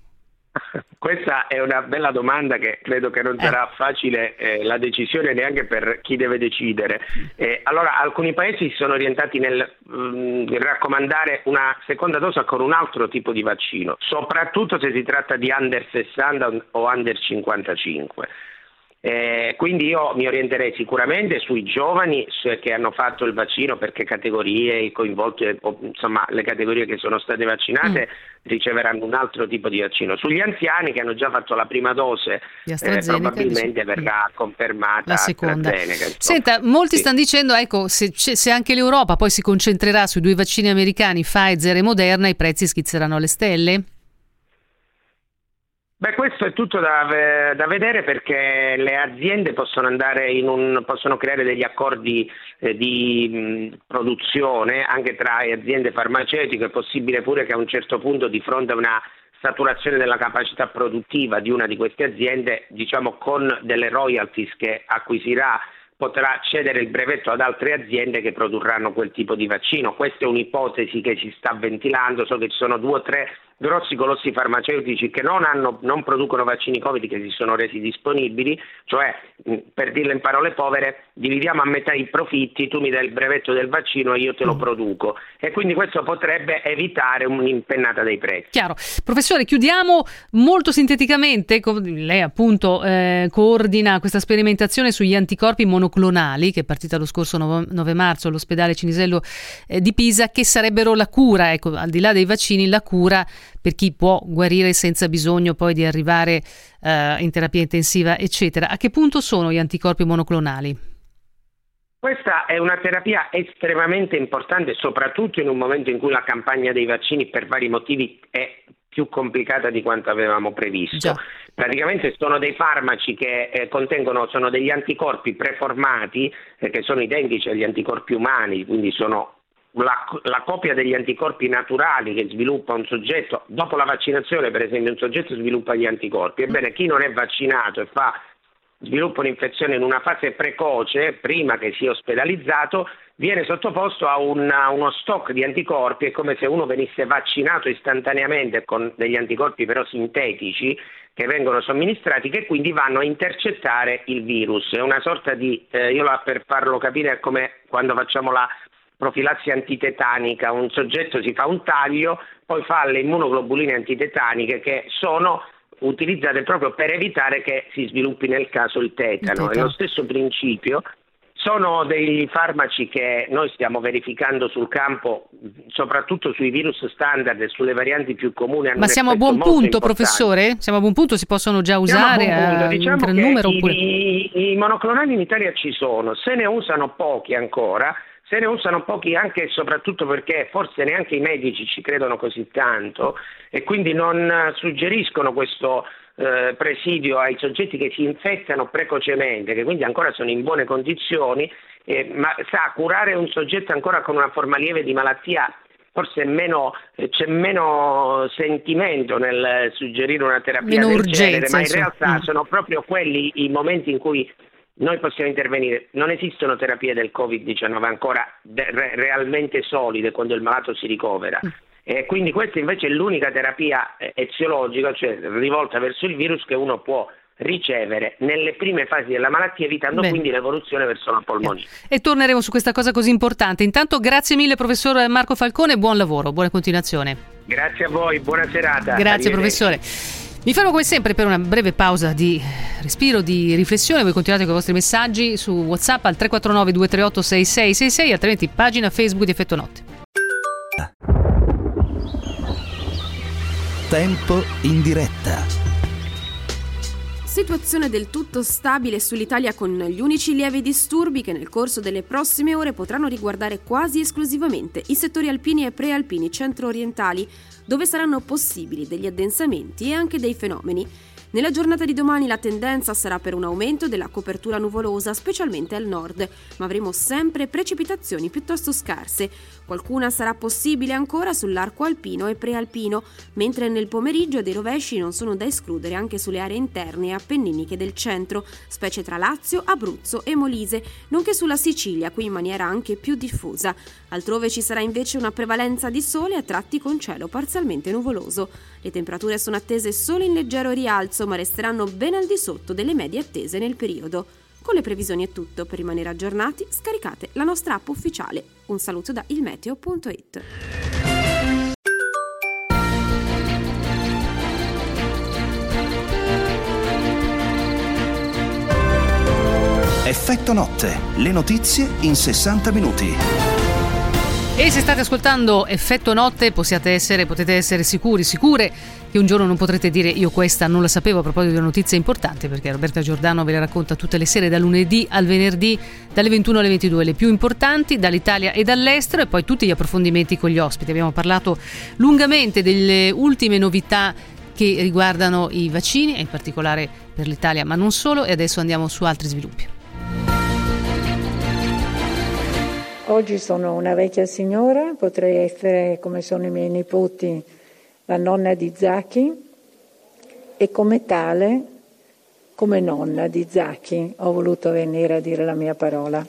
Questa è una bella domanda che credo che non sarà facile la decisione neanche per chi deve decidere. Allora, alcuni paesi si sono orientati nel raccomandare una seconda dose con un altro tipo di vaccino, soprattutto se si tratta di under 60 o under 55. Quindi io mi orienterei sicuramente sui giovani che hanno fatto il vaccino, perché categorie coinvolte, insomma le categorie che sono state vaccinate riceveranno un altro tipo di vaccino. Sugli anziani che hanno già fatto la prima dose probabilmente verrà confermata la seconda. AstraZeneca. Senta, molti stanno dicendo, ecco, se anche l'Europa poi si concentrerà sui 2 vaccini americani, Pfizer e Moderna, i prezzi schizzeranno alle stelle? Beh, questo è tutto da vedere, perché le aziende possono andare possono creare degli accordi di produzione anche tra aziende farmaceutiche. È possibile pure che a un certo punto, di fronte a una saturazione della capacità produttiva di una di queste aziende, diciamo con delle royalties che acquisirà, potrà cedere il brevetto ad altre aziende che produrranno quel tipo di vaccino. Questa è un'ipotesi che si sta ventilando. So che ci sono 2 o 3 grossi colossi farmaceutici che non producono vaccini Covid, che si sono resi disponibili, cioè, per dirlo in parole povere, dividiamo a metà i profitti, tu mi dai il brevetto del vaccino e io te lo produco, e quindi questo potrebbe evitare un'impennata dei prezzi. Chiaro. Professore, chiudiamo molto sinteticamente. Lei appunto coordina questa sperimentazione sugli anticorpi monoclonali che è partita lo scorso 9 marzo all'ospedale Cinisello di Pisa, che sarebbero la cura, ecco, al di là dei vaccini, la cura per chi può guarire senza bisogno poi di arrivare in terapia intensiva, eccetera. A che punto sono gli anticorpi monoclonali? Questa è una terapia estremamente importante, soprattutto in un momento in cui la campagna dei vaccini per vari motivi è più complicata di quanto avevamo previsto. Già. Praticamente sono dei farmaci che sono degli anticorpi preformati che sono identici agli anticorpi umani, quindi sono la copia degli anticorpi naturali che sviluppa un soggetto dopo la vaccinazione. Per esempio, un soggetto sviluppa gli anticorpi. Ebbene, chi non è vaccinato e sviluppa un'infezione in una fase precoce, prima che sia ospedalizzato, viene sottoposto a uno stock di anticorpi. È come se uno venisse vaccinato istantaneamente con degli anticorpi però sintetici che vengono somministrati, che quindi vanno a intercettare il virus. È una sorta di, per farlo capire, è come quando facciamo la profilassi antitetanica. Un soggetto si fa un taglio, poi fa le immunoglobuline anttetaniche che sono utilizzate proprio per evitare che si sviluppi nel caso il tetano. È lo stesso principio. Sono dei farmaci che noi stiamo verificando sul campo, soprattutto sui virus standard e sulle varianti più comuni. Ma siamo a buon punto, professore? Siamo a buon punto? Si possono già usare? Diciamo che numero, i monoclonali in Italia ci sono, se ne usano pochi ancora. Se ne usano pochi anche e soprattutto perché forse neanche i medici ci credono così tanto, e quindi non suggeriscono questo presidio ai soggetti che si infettano precocemente, che quindi ancora sono in buone condizioni, ma curare un soggetto ancora con una forma lieve di malattia, forse c'è meno sentimento nel suggerire una terapia meno del urgenza, genere, ma in insomma. realtà sono proprio quelli i momenti in cui noi possiamo intervenire. Non esistono terapie del Covid-19 ancora realmente solide quando il malato si ricovera. Quindi questa invece è l'unica terapia eziologica, cioè rivolta verso il virus, che uno può ricevere nelle prime fasi della malattia, evitando quindi l'evoluzione verso la polmonite. E torneremo su questa cosa così importante. Intanto grazie mille professor Marco Falcone, buon lavoro, buona continuazione. Grazie a voi, buona serata. Grazie professore. Mi fermo come sempre per una breve pausa di respiro, di riflessione. Voi continuate con i vostri messaggi su WhatsApp al 349 238 6666, altrimenti pagina Facebook di Effetto Notte. Tempo in diretta. Situazione del tutto stabile sull'Italia, con gli unici lievi disturbi che nel corso delle prossime ore potranno riguardare quasi esclusivamente i settori alpini e prealpini centro-orientali, dove saranno possibili degli addensamenti e anche dei fenomeni. Nella giornata di domani la tendenza sarà per un aumento della copertura nuvolosa, specialmente al nord, ma avremo sempre precipitazioni piuttosto scarse. Qualcuna sarà possibile ancora sull'arco alpino e prealpino, mentre nel pomeriggio dei rovesci non sono da escludere anche sulle aree interne e appenniniche del centro, specie tra Lazio, Abruzzo e Molise, nonché sulla Sicilia, qui in maniera anche più diffusa. Altrove ci sarà invece una prevalenza di sole, a tratti con cielo parzialmente nuvoloso. Le temperature sono attese solo in leggero rialzo, ma resteranno ben al di sotto delle medie attese nel periodo. Con le previsioni è tutto. Per rimanere aggiornati, scaricate la nostra app ufficiale. Un saluto da ilmeteo.it. Effetto Notte, le notizie in 60 minuti. E se state ascoltando Effetto Notte potete essere sicure che un giorno non potrete dire io questa non la sapevo, a proposito di una notizia importante, perché Roberta Giordano ve le racconta tutte le sere, da lunedì al venerdì, dalle 21 alle 22, le più importanti dall'Italia e dall'estero, e poi tutti gli approfondimenti con gli ospiti. Abbiamo parlato lungamente delle ultime novità che riguardano i vaccini, e in particolare per l'Italia, ma non solo, e adesso andiamo su altri sviluppi. Oggi sono una vecchia signora, potrei essere, come sono i miei nipoti, la nonna di Zaki, e come tale, come nonna di Zaki, ho voluto venire a dire la mia parola.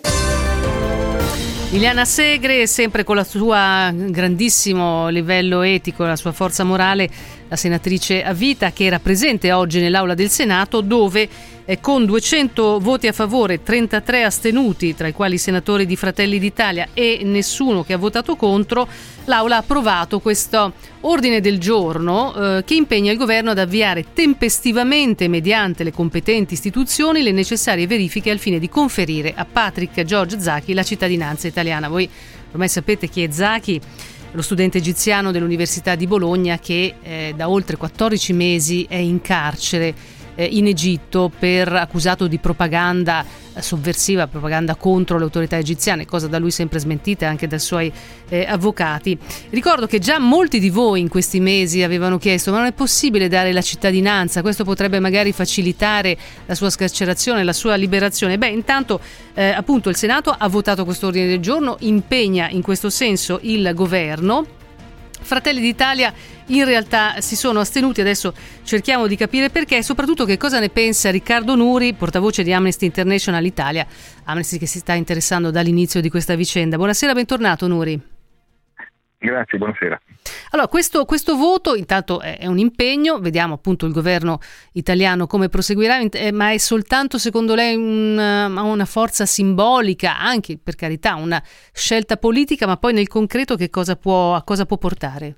Liliana Segre, sempre con il suo grandissimo livello etico, la sua forza morale, la senatrice a vita, che era presente oggi nell'Aula del Senato, dove con 200 voti a favore, 33 astenuti, tra i quali i senatori di Fratelli d'Italia, e nessuno che ha votato contro, l'Aula ha approvato questo ordine del giorno che impegna il governo ad avviare tempestivamente, mediante le competenti istituzioni, le necessarie verifiche al fine di conferire a Patrick George Zaki la cittadinanza italiana. Voi ormai sapete chi è Zaki, lo studente egiziano dell'Università di Bologna che da oltre 14 mesi è in carcere in Egitto accusato di propaganda sovversiva, propaganda contro le autorità egiziane, cosa da lui sempre smentita anche dai suoi avvocati. Ricordo che già molti di voi in questi mesi avevano chiesto: ma non è possibile dare la cittadinanza? Questo potrebbe magari facilitare la sua scarcerazione, la sua liberazione. Intanto appunto il Senato ha votato questo ordine del giorno, impegna in questo senso il governo. Fratelli d'Italia in realtà si sono astenuti, adesso cerchiamo di capire perché e soprattutto che cosa ne pensa Riccardo Nuri, portavoce di Amnesty International Italia, Amnesty che si sta interessando dall'inizio di questa vicenda. Buonasera, bentornato Nuri. Grazie, buonasera. Allora, questo voto intanto è un impegno, vediamo appunto il governo italiano come proseguirà, ma è soltanto secondo lei una forza simbolica, anche per carità una scelta politica, ma poi nel concreto a cosa può portare?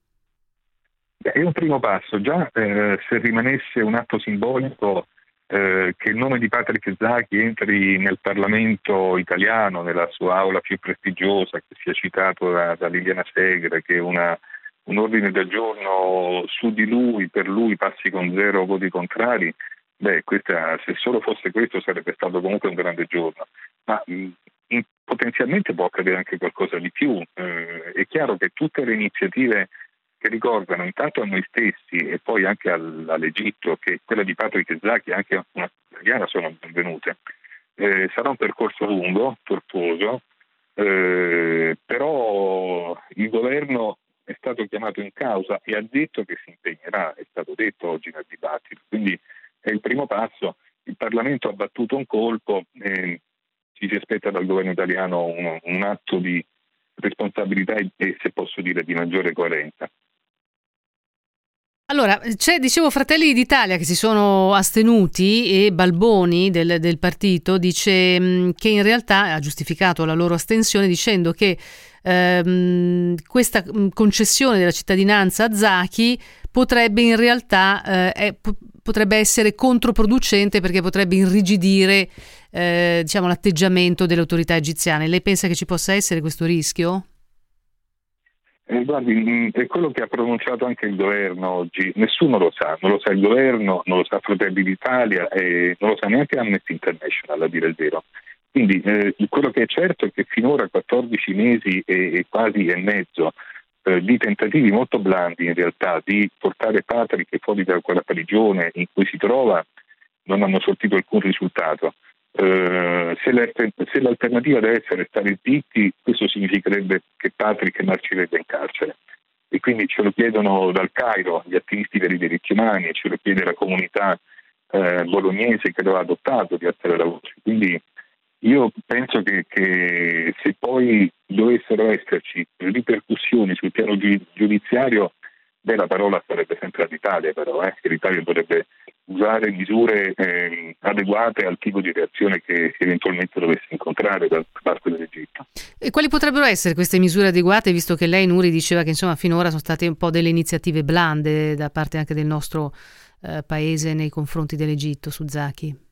È un primo passo. Già se rimanesse un atto simbolico che il nome di Patrick Zaki entri nel Parlamento italiano, nella sua aula più prestigiosa, che sia citato da Liliana Segre, che un ordine del giorno su di lui, per lui, passi con 0 voti contrari, se solo fosse questo sarebbe stato comunque un grande giorno. Ma potenzialmente può accadere anche qualcosa di più. È chiaro che tutte le iniziative che ricordano intanto a noi stessi e poi anche all'Egitto che quella di Patrick Zaki e anche una italiana sono benvenute. Sarà un percorso lungo, tortuoso, però il governo è stato chiamato in causa e ha detto che si impegnerà, è stato detto oggi nel dibattito, quindi è il primo passo. Il Parlamento ha battuto un colpo e ci si aspetta dal governo italiano un atto di responsabilità e, se posso dire, di maggiore coerenza. Allora, c'è, dicevo, Fratelli d'Italia che si sono astenuti e Balboni del partito dice che in realtà ha giustificato la loro astensione dicendo che questa concessione della cittadinanza a Zaki potrebbe in realtà potrebbe essere controproducente perché potrebbe irrigidire l'atteggiamento delle autorità egiziane. Lei pensa che ci possa essere questo rischio? Guardi, è quello che ha pronunciato anche il governo oggi. Nessuno lo sa, non lo sa il governo, non lo sa Fratelli d'Italia e non lo sa neanche Amnesty International, a dire il vero. Quindi quello che è certo è che finora 14 mesi e quasi e mezzo di tentativi molto blandi in realtà di portare Patrick fuori da quella prigione in cui si trova non hanno sortito alcun risultato. Se l'alternativa deve essere stare zitti, questo significherebbe che Patrick marcirebbe in carcere e quindi ce lo chiedono dal Cairo gli attivisti per i diritti umani e ce lo chiede la comunità bolognese che lo ha adottato di alzare la voce. Quindi io penso che se poi dovessero esserci ripercussioni sul piano giudiziario, la parola sarebbe sempre all'Italia, però che l'Italia dovrebbe usare misure adeguate al tipo di reazione che eventualmente dovesse incontrare da parte dell'Egitto. E quali potrebbero essere queste misure adeguate, visto che lei, Nuri, diceva che insomma finora sono state un po' delle iniziative blande da parte anche del nostro paese nei confronti dell'Egitto su Zaki?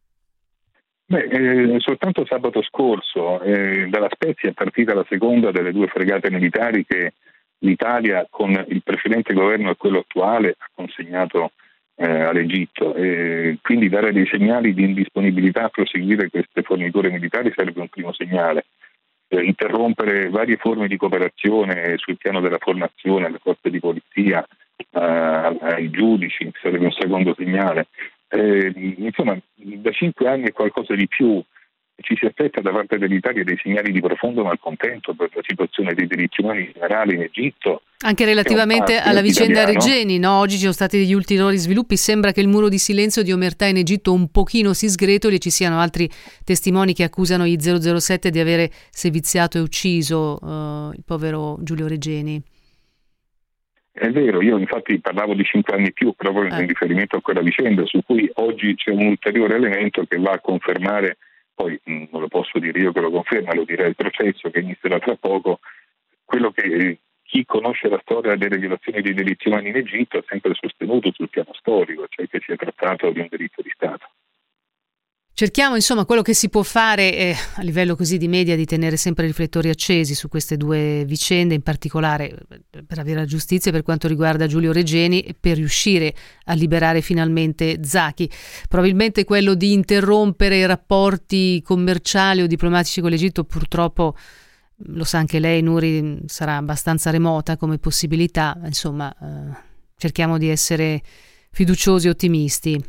Soltanto sabato scorso dalla Spezia è partita la seconda delle 2 fregate militari che l'Italia con il precedente governo e quello attuale ha consegnato all'Egitto, quindi dare dei segnali di indisponibilità a proseguire queste forniture militari sarebbe un primo segnale. Interrompere varie forme di cooperazione sul piano della formazione alle forze di polizia, ai giudici sarebbe un secondo segnale. Insomma, da 5 anni e qualcosa di più ci si aspetta da parte dell'Italia dei segnali di profondo malcontento per la situazione dei diritti umani in generale in Egitto. Anche relativamente alla vicenda Regeni, no? Oggi ci sono stati degli ulteriori sviluppi, sembra che il muro di silenzio di omertà in Egitto un pochino si sgretoli e ci siano altri testimoni che accusano gli 007 di avere seviziato e ucciso il povero Giulio Regeni. È vero, io infatti parlavo di 5 anni più proprio in riferimento a quella vicenda su cui oggi c'è un ulteriore elemento che va a confermare, poi non lo posso dire io che lo conferma, lo dirà il processo che inizierà tra poco, quello che chi conosce la storia delle violazioni dei diritti umani in Egitto ha sempre sostenuto sul piano storico, cioè che si è trattato di un diritto di Stato. Cerchiamo insomma quello che si può fare a livello così di media di tenere sempre i riflettori accesi su queste 2 vicende, in particolare per avere la giustizia per quanto riguarda Giulio Regeni e per riuscire a liberare finalmente Zaki. Probabilmente quello di interrompere i rapporti commerciali o diplomatici con l'Egitto purtroppo, lo sa anche lei Nuri, sarà abbastanza remota come possibilità, insomma cerchiamo di essere fiduciosi e ottimisti.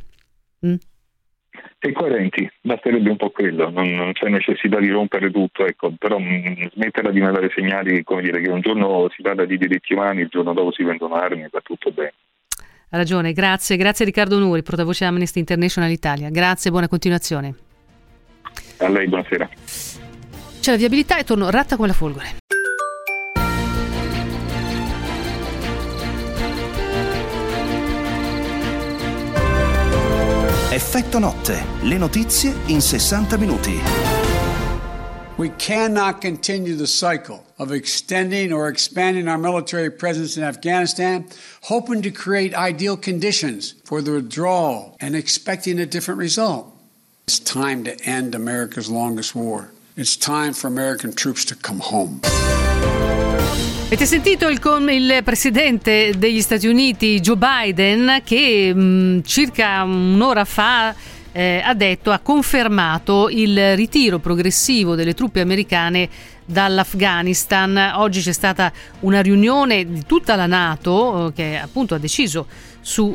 E coerenti, basterebbe un po' quello, non c'è necessità di rompere tutto, però smetterla di mandare segnali, come dire, che un giorno si parla di diritti umani, il giorno dopo si vendono armi e va tutto bene. Ha ragione, grazie Riccardo Nuri, portavoce Amnesty International Italia, grazie, buona continuazione. A lei, buonasera. C'è la viabilità e torno ratta come la folgore. Effetto notte, le notizie in 60 minuti. We cannot continue the cycle of extending or expanding our military presence in Afghanistan, hoping to create ideal conditions for the withdrawal and expecting a different result. It's time to end America's longest war. It's time for American troops to come home. Avete sentito il presidente degli Stati Uniti Joe Biden che circa un'ora fa ha confermato il ritiro progressivo delle truppe americane dall'Afghanistan. Oggi c'è stata una riunione di tutta la NATO che appunto ha deciso su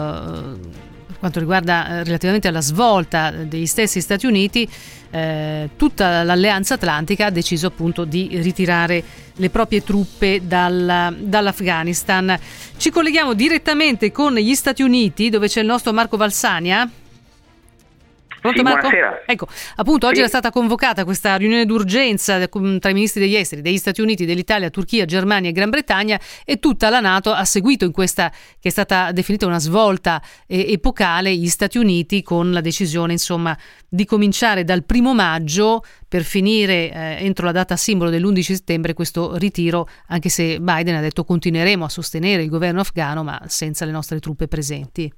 per quanto riguarda relativamente alla svolta degli stessi Stati Uniti, tutta l'Alleanza Atlantica ha deciso appunto di ritirare le proprie truppe dall'Afghanistan. Ci colleghiamo direttamente con gli Stati Uniti, dove c'è il nostro Marco Valsania. Pronto, sì, Marco? Buonasera. Ecco, appunto oggi sì. è stata convocata questa riunione d'urgenza tra i ministri degli esteri degli Stati Uniti, dell'Italia, Turchia, Germania e Gran Bretagna, e tutta la NATO ha seguito in questa che è stata definita una svolta epocale gli Stati Uniti, con la decisione insomma di cominciare dal 1 maggio per finire entro la data simbolo dell'11 settembre questo ritiro, anche se Biden ha detto continueremo a sostenere il governo afghano ma senza le nostre truppe presenti.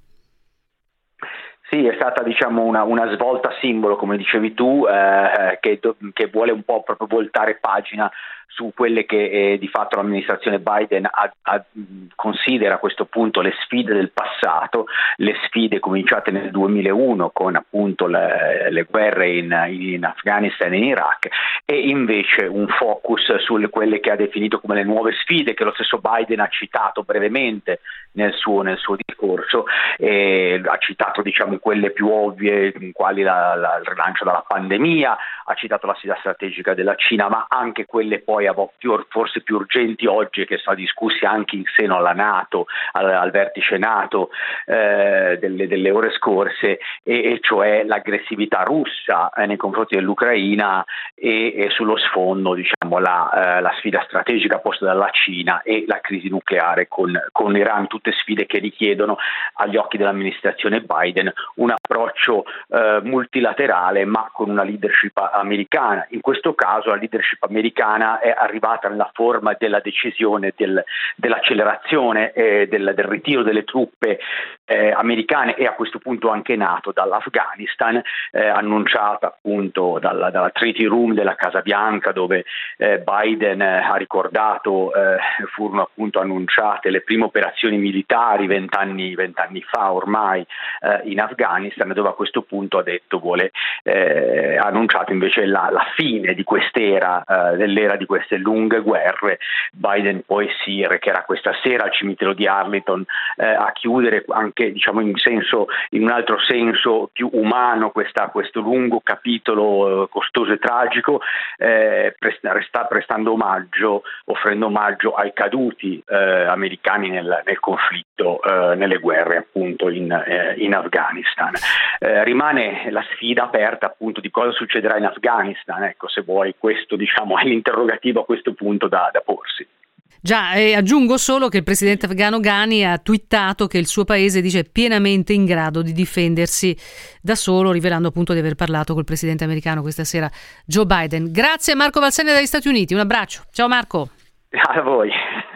Sì, è stata una svolta simbolo, come dicevi tu, che vuole un po' proprio voltare pagina su quelle che di fatto l'amministrazione Biden considera a questo punto le sfide del passato, le sfide cominciate nel 2001 con appunto le guerre in Afghanistan e in Iraq, e invece un focus sulle quelle che ha definito come le nuove sfide, che lo stesso Biden ha citato brevemente nel suo discorso, ha citato quelle più ovvie, quali il rilancio dalla pandemia, ha citato la sfida strategica della Cina, ma anche quelle poi forse più urgenti oggi, che sono discussi anche in seno alla NATO, al vertice NATO delle ore scorse, e cioè l'aggressività russa nei confronti dell'Ucraina e sullo sfondo la sfida strategica posta dalla Cina e la crisi nucleare con Iran, tutte sfide che richiedono agli occhi dell'amministrazione Biden un approccio multilaterale ma con una leadership americana. In questo caso la leadership americana è arrivata nella forma della decisione dell'accelerazione del ritiro delle truppe americane e a questo punto anche NATO dall'Afghanistan, annunciata appunto dalla Treaty Room della Casa Bianca, dove Biden ha ricordato furono appunto annunciate le prime operazioni militari 20 anni fa ormai in Afghanistan, dove a questo punto ha detto ha annunciato invece la fine di quest'era, dell'era di queste lunghe guerre. Biden poi si recherà questa sera al cimitero di Arlington a chiudere anche in un altro senso più umano questo lungo capitolo costoso e tragico, offrendo omaggio ai caduti americani nel conflitto, nelle guerre appunto in Afghanistan. Rimane la sfida aperta appunto di cosa succederà in Afghanistan. Ecco, se vuoi, questo è l'interrogativo a questo punto da porsi. Già, aggiungo solo che il presidente afghano Ghani ha twittato che il suo paese è pienamente in grado di difendersi da solo, rivelando appunto di aver parlato col presidente americano questa sera, Joe Biden. Grazie Marco Valsania dagli Stati Uniti, un abbraccio. Ciao Marco. A voi.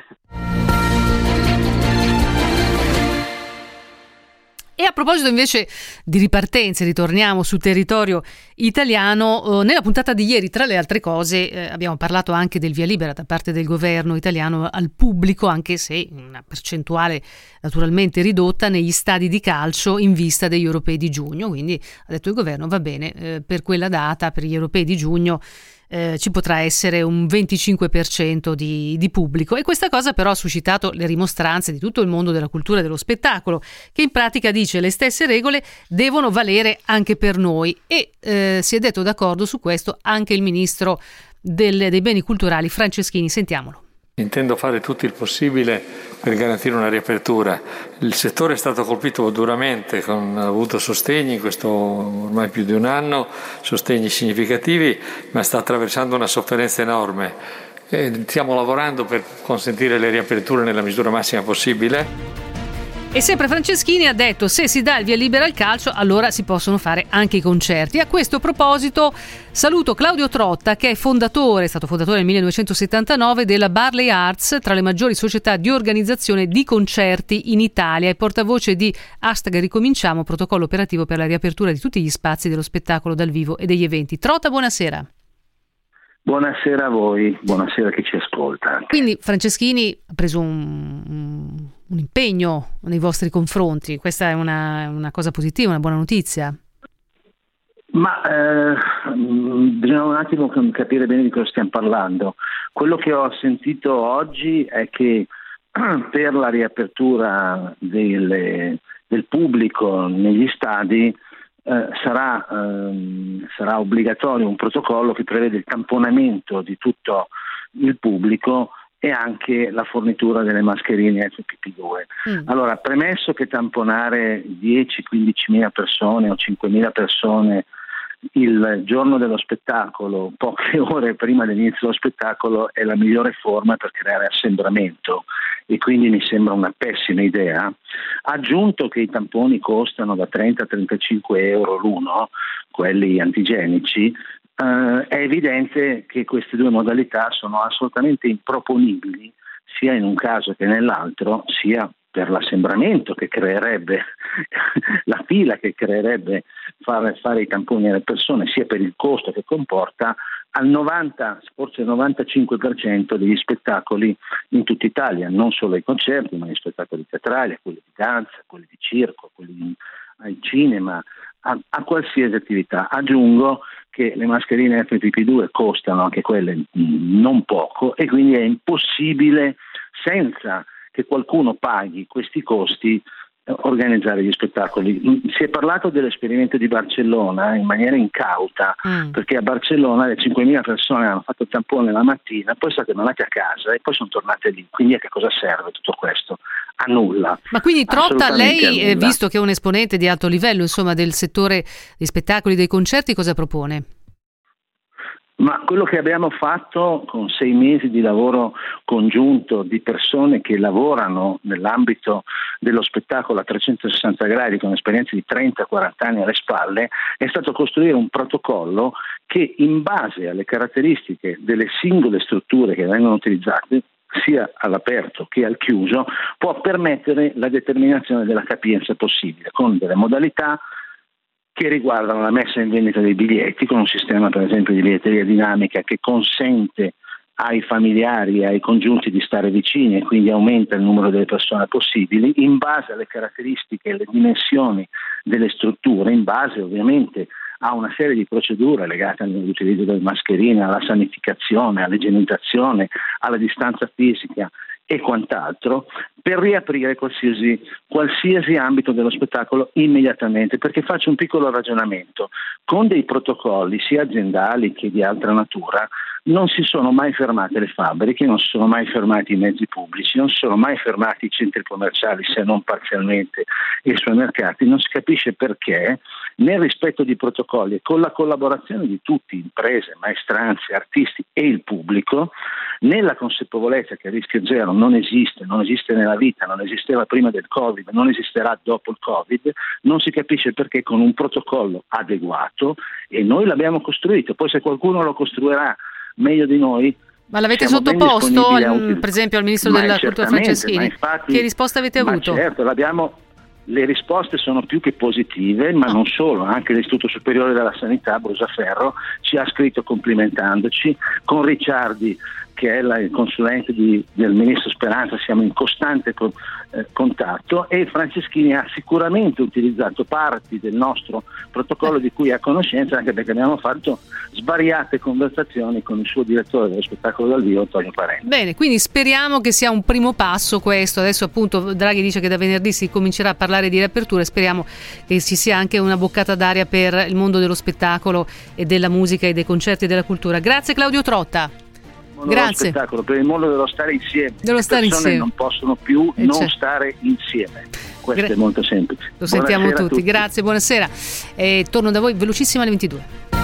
E a proposito invece di ripartenze, ritorniamo sul territorio italiano. Nella puntata di ieri, tra le altre cose, abbiamo parlato anche del via libera da parte del governo italiano al pubblico, anche se in una percentuale naturalmente ridotta, negli stadi di calcio in vista degli europei di giugno. Quindi ha detto il governo, va bene, per quella data, per gli europei di giugno, ci potrà essere un 25% di pubblico, e questa cosa però ha suscitato le rimostranze di tutto il mondo della cultura e dello spettacolo, che in pratica dice le stesse regole devono valere anche per noi, e si è detto d'accordo su questo anche il ministro dei beni culturali Franceschini. Sentiamolo. Intendo fare tutto il possibile per garantire una riapertura. Il settore è stato colpito duramente, ha avuto sostegni in questo ormai più di un anno, sostegni significativi, ma sta attraversando una sofferenza enorme. Stiamo lavorando per consentire le riaperture nella misura massima possibile. E sempre Franceschini ha detto: se si dà il via libera al calcio, allora si possono fare anche i concerti. A questo proposito saluto Claudio Trotta, che è stato fondatore nel 1979 della Barley Arts, tra le maggiori società di organizzazione di concerti in Italia, e portavoce di #Ricominciamo, protocollo operativo per la riapertura di tutti gli spazi dello spettacolo dal vivo e degli eventi. Trotta, buonasera. Buonasera a voi, buonasera a chi ci ascolta. Quindi Franceschini ha preso un impegno nei vostri confronti, questa è una cosa positiva, una buona notizia? Ma bisogna un attimo capire bene di cosa stiamo parlando. Quello che ho sentito oggi è che per la riapertura del pubblico negli stadi sarà obbligatorio un protocollo che prevede il tamponamento di tutto il pubblico e anche la fornitura delle mascherine FFP2. Allora, premesso che tamponare 10-15.000 persone o 5.000 persone il giorno dello spettacolo, poche ore prima dell'inizio dello spettacolo, è la migliore forma per creare assembramento e quindi mi sembra una pessima idea. Aggiunto che i tamponi costano da 30 a 35 euro l'uno, quelli antigenici, è evidente che queste due modalità sono assolutamente improponibili sia in un caso che nell'altro, sia per l'assembramento che creerebbe la fila che creerebbe fare i tamponi alle persone, sia per il costo che comporta al 90, forse il 95% degli spettacoli in tutta Italia, non solo ai concerti, ma agli spettacoli teatrali, a quelli di danza, a quelli di circo, a quelli al cinema, a qualsiasi attività. Aggiungo che le mascherine FFP2 costano anche quelle non poco e quindi è impossibile, senza che qualcuno paghi questi costi, organizzare gli spettacoli. Si è parlato dell'esperimento di Barcellona in maniera incauta, perché a Barcellona le 5.000 persone hanno fatto il tampone la mattina, poi sono andate a casa e poi sono tornate lì. Quindi a che cosa serve tutto questo? A nulla. Ma quindi Trotta, lei, visto che è un esponente di alto livello, insomma, del settore dei spettacoli, dei concerti, cosa propone? Ma quello che abbiamo fatto con 6 mesi di lavoro congiunto di persone che lavorano nell'ambito dello spettacolo a 360 gradi con esperienze di 30-40 anni alle spalle è stato costruire un protocollo che, in base alle caratteristiche delle singole strutture che vengono utilizzate, sia all'aperto che al chiuso, può permettere la determinazione della capienza possibile con delle modalità che riguardano la messa in vendita dei biglietti, con un sistema per esempio di biglietteria dinamica che consente ai familiari e ai congiunti di stare vicini e quindi aumenta il numero delle persone possibili, in base alle caratteristiche e alle dimensioni delle strutture, in base ovviamente a una serie di procedure legate all'utilizzo delle mascherine, alla sanificazione, all'igienizzazione, alla distanza fisica e quant'altro, per riaprire qualsiasi ambito dello spettacolo immediatamente, perché faccio un piccolo ragionamento. Con dei protocolli sia aziendali che di altra natura non si sono mai fermate le fabbriche, non si sono mai fermati i mezzi pubblici, non si sono mai fermati i centri commerciali, se non parzialmente, e i supermercati. Non si capisce perché, nel rispetto di protocolli e con la collaborazione di tutti, imprese, maestranze, artisti e il pubblico, nella consapevolezza che il rischio zero non esiste nella vita, non esisteva prima del Covid, non esisterà dopo il Covid, non si capisce perché con un protocollo adeguato, e noi l'abbiamo costruito, poi se qualcuno lo costruirà meglio di noi. Ma l'avete sottoposto per esempio al Ministro della Cultura Franceschini? Infatti, che risposta avete avuto? Certo, le risposte sono più che positive, ma non solo, anche l'Istituto Superiore della Sanità, Brusaferro, ci ha scritto complimentandoci, con Ricciardi, che è il consulente del Ministro Speranza, siamo in costante contatto, e Franceschini ha sicuramente utilizzato parti del nostro protocollo di cui è a conoscenza, anche perché abbiamo fatto svariate conversazioni con il suo direttore dello spettacolo dal vivo, Antonio Parenti. Bene, quindi speriamo che sia un primo passo questo. Adesso appunto Draghi dice che da venerdì si comincerà a parlare di riapertura, speriamo che ci sia anche una boccata d'aria per il mondo dello spettacolo e della musica e dei concerti e della cultura. Grazie Claudio Trotta. Grazie. Spettacolo, per il mondo dello stare insieme. Le persone non possono più non stare insieme. Questo è molto semplice. Lo sentiamo tutti. Grazie, buonasera. Torno da voi velocissima alle 22.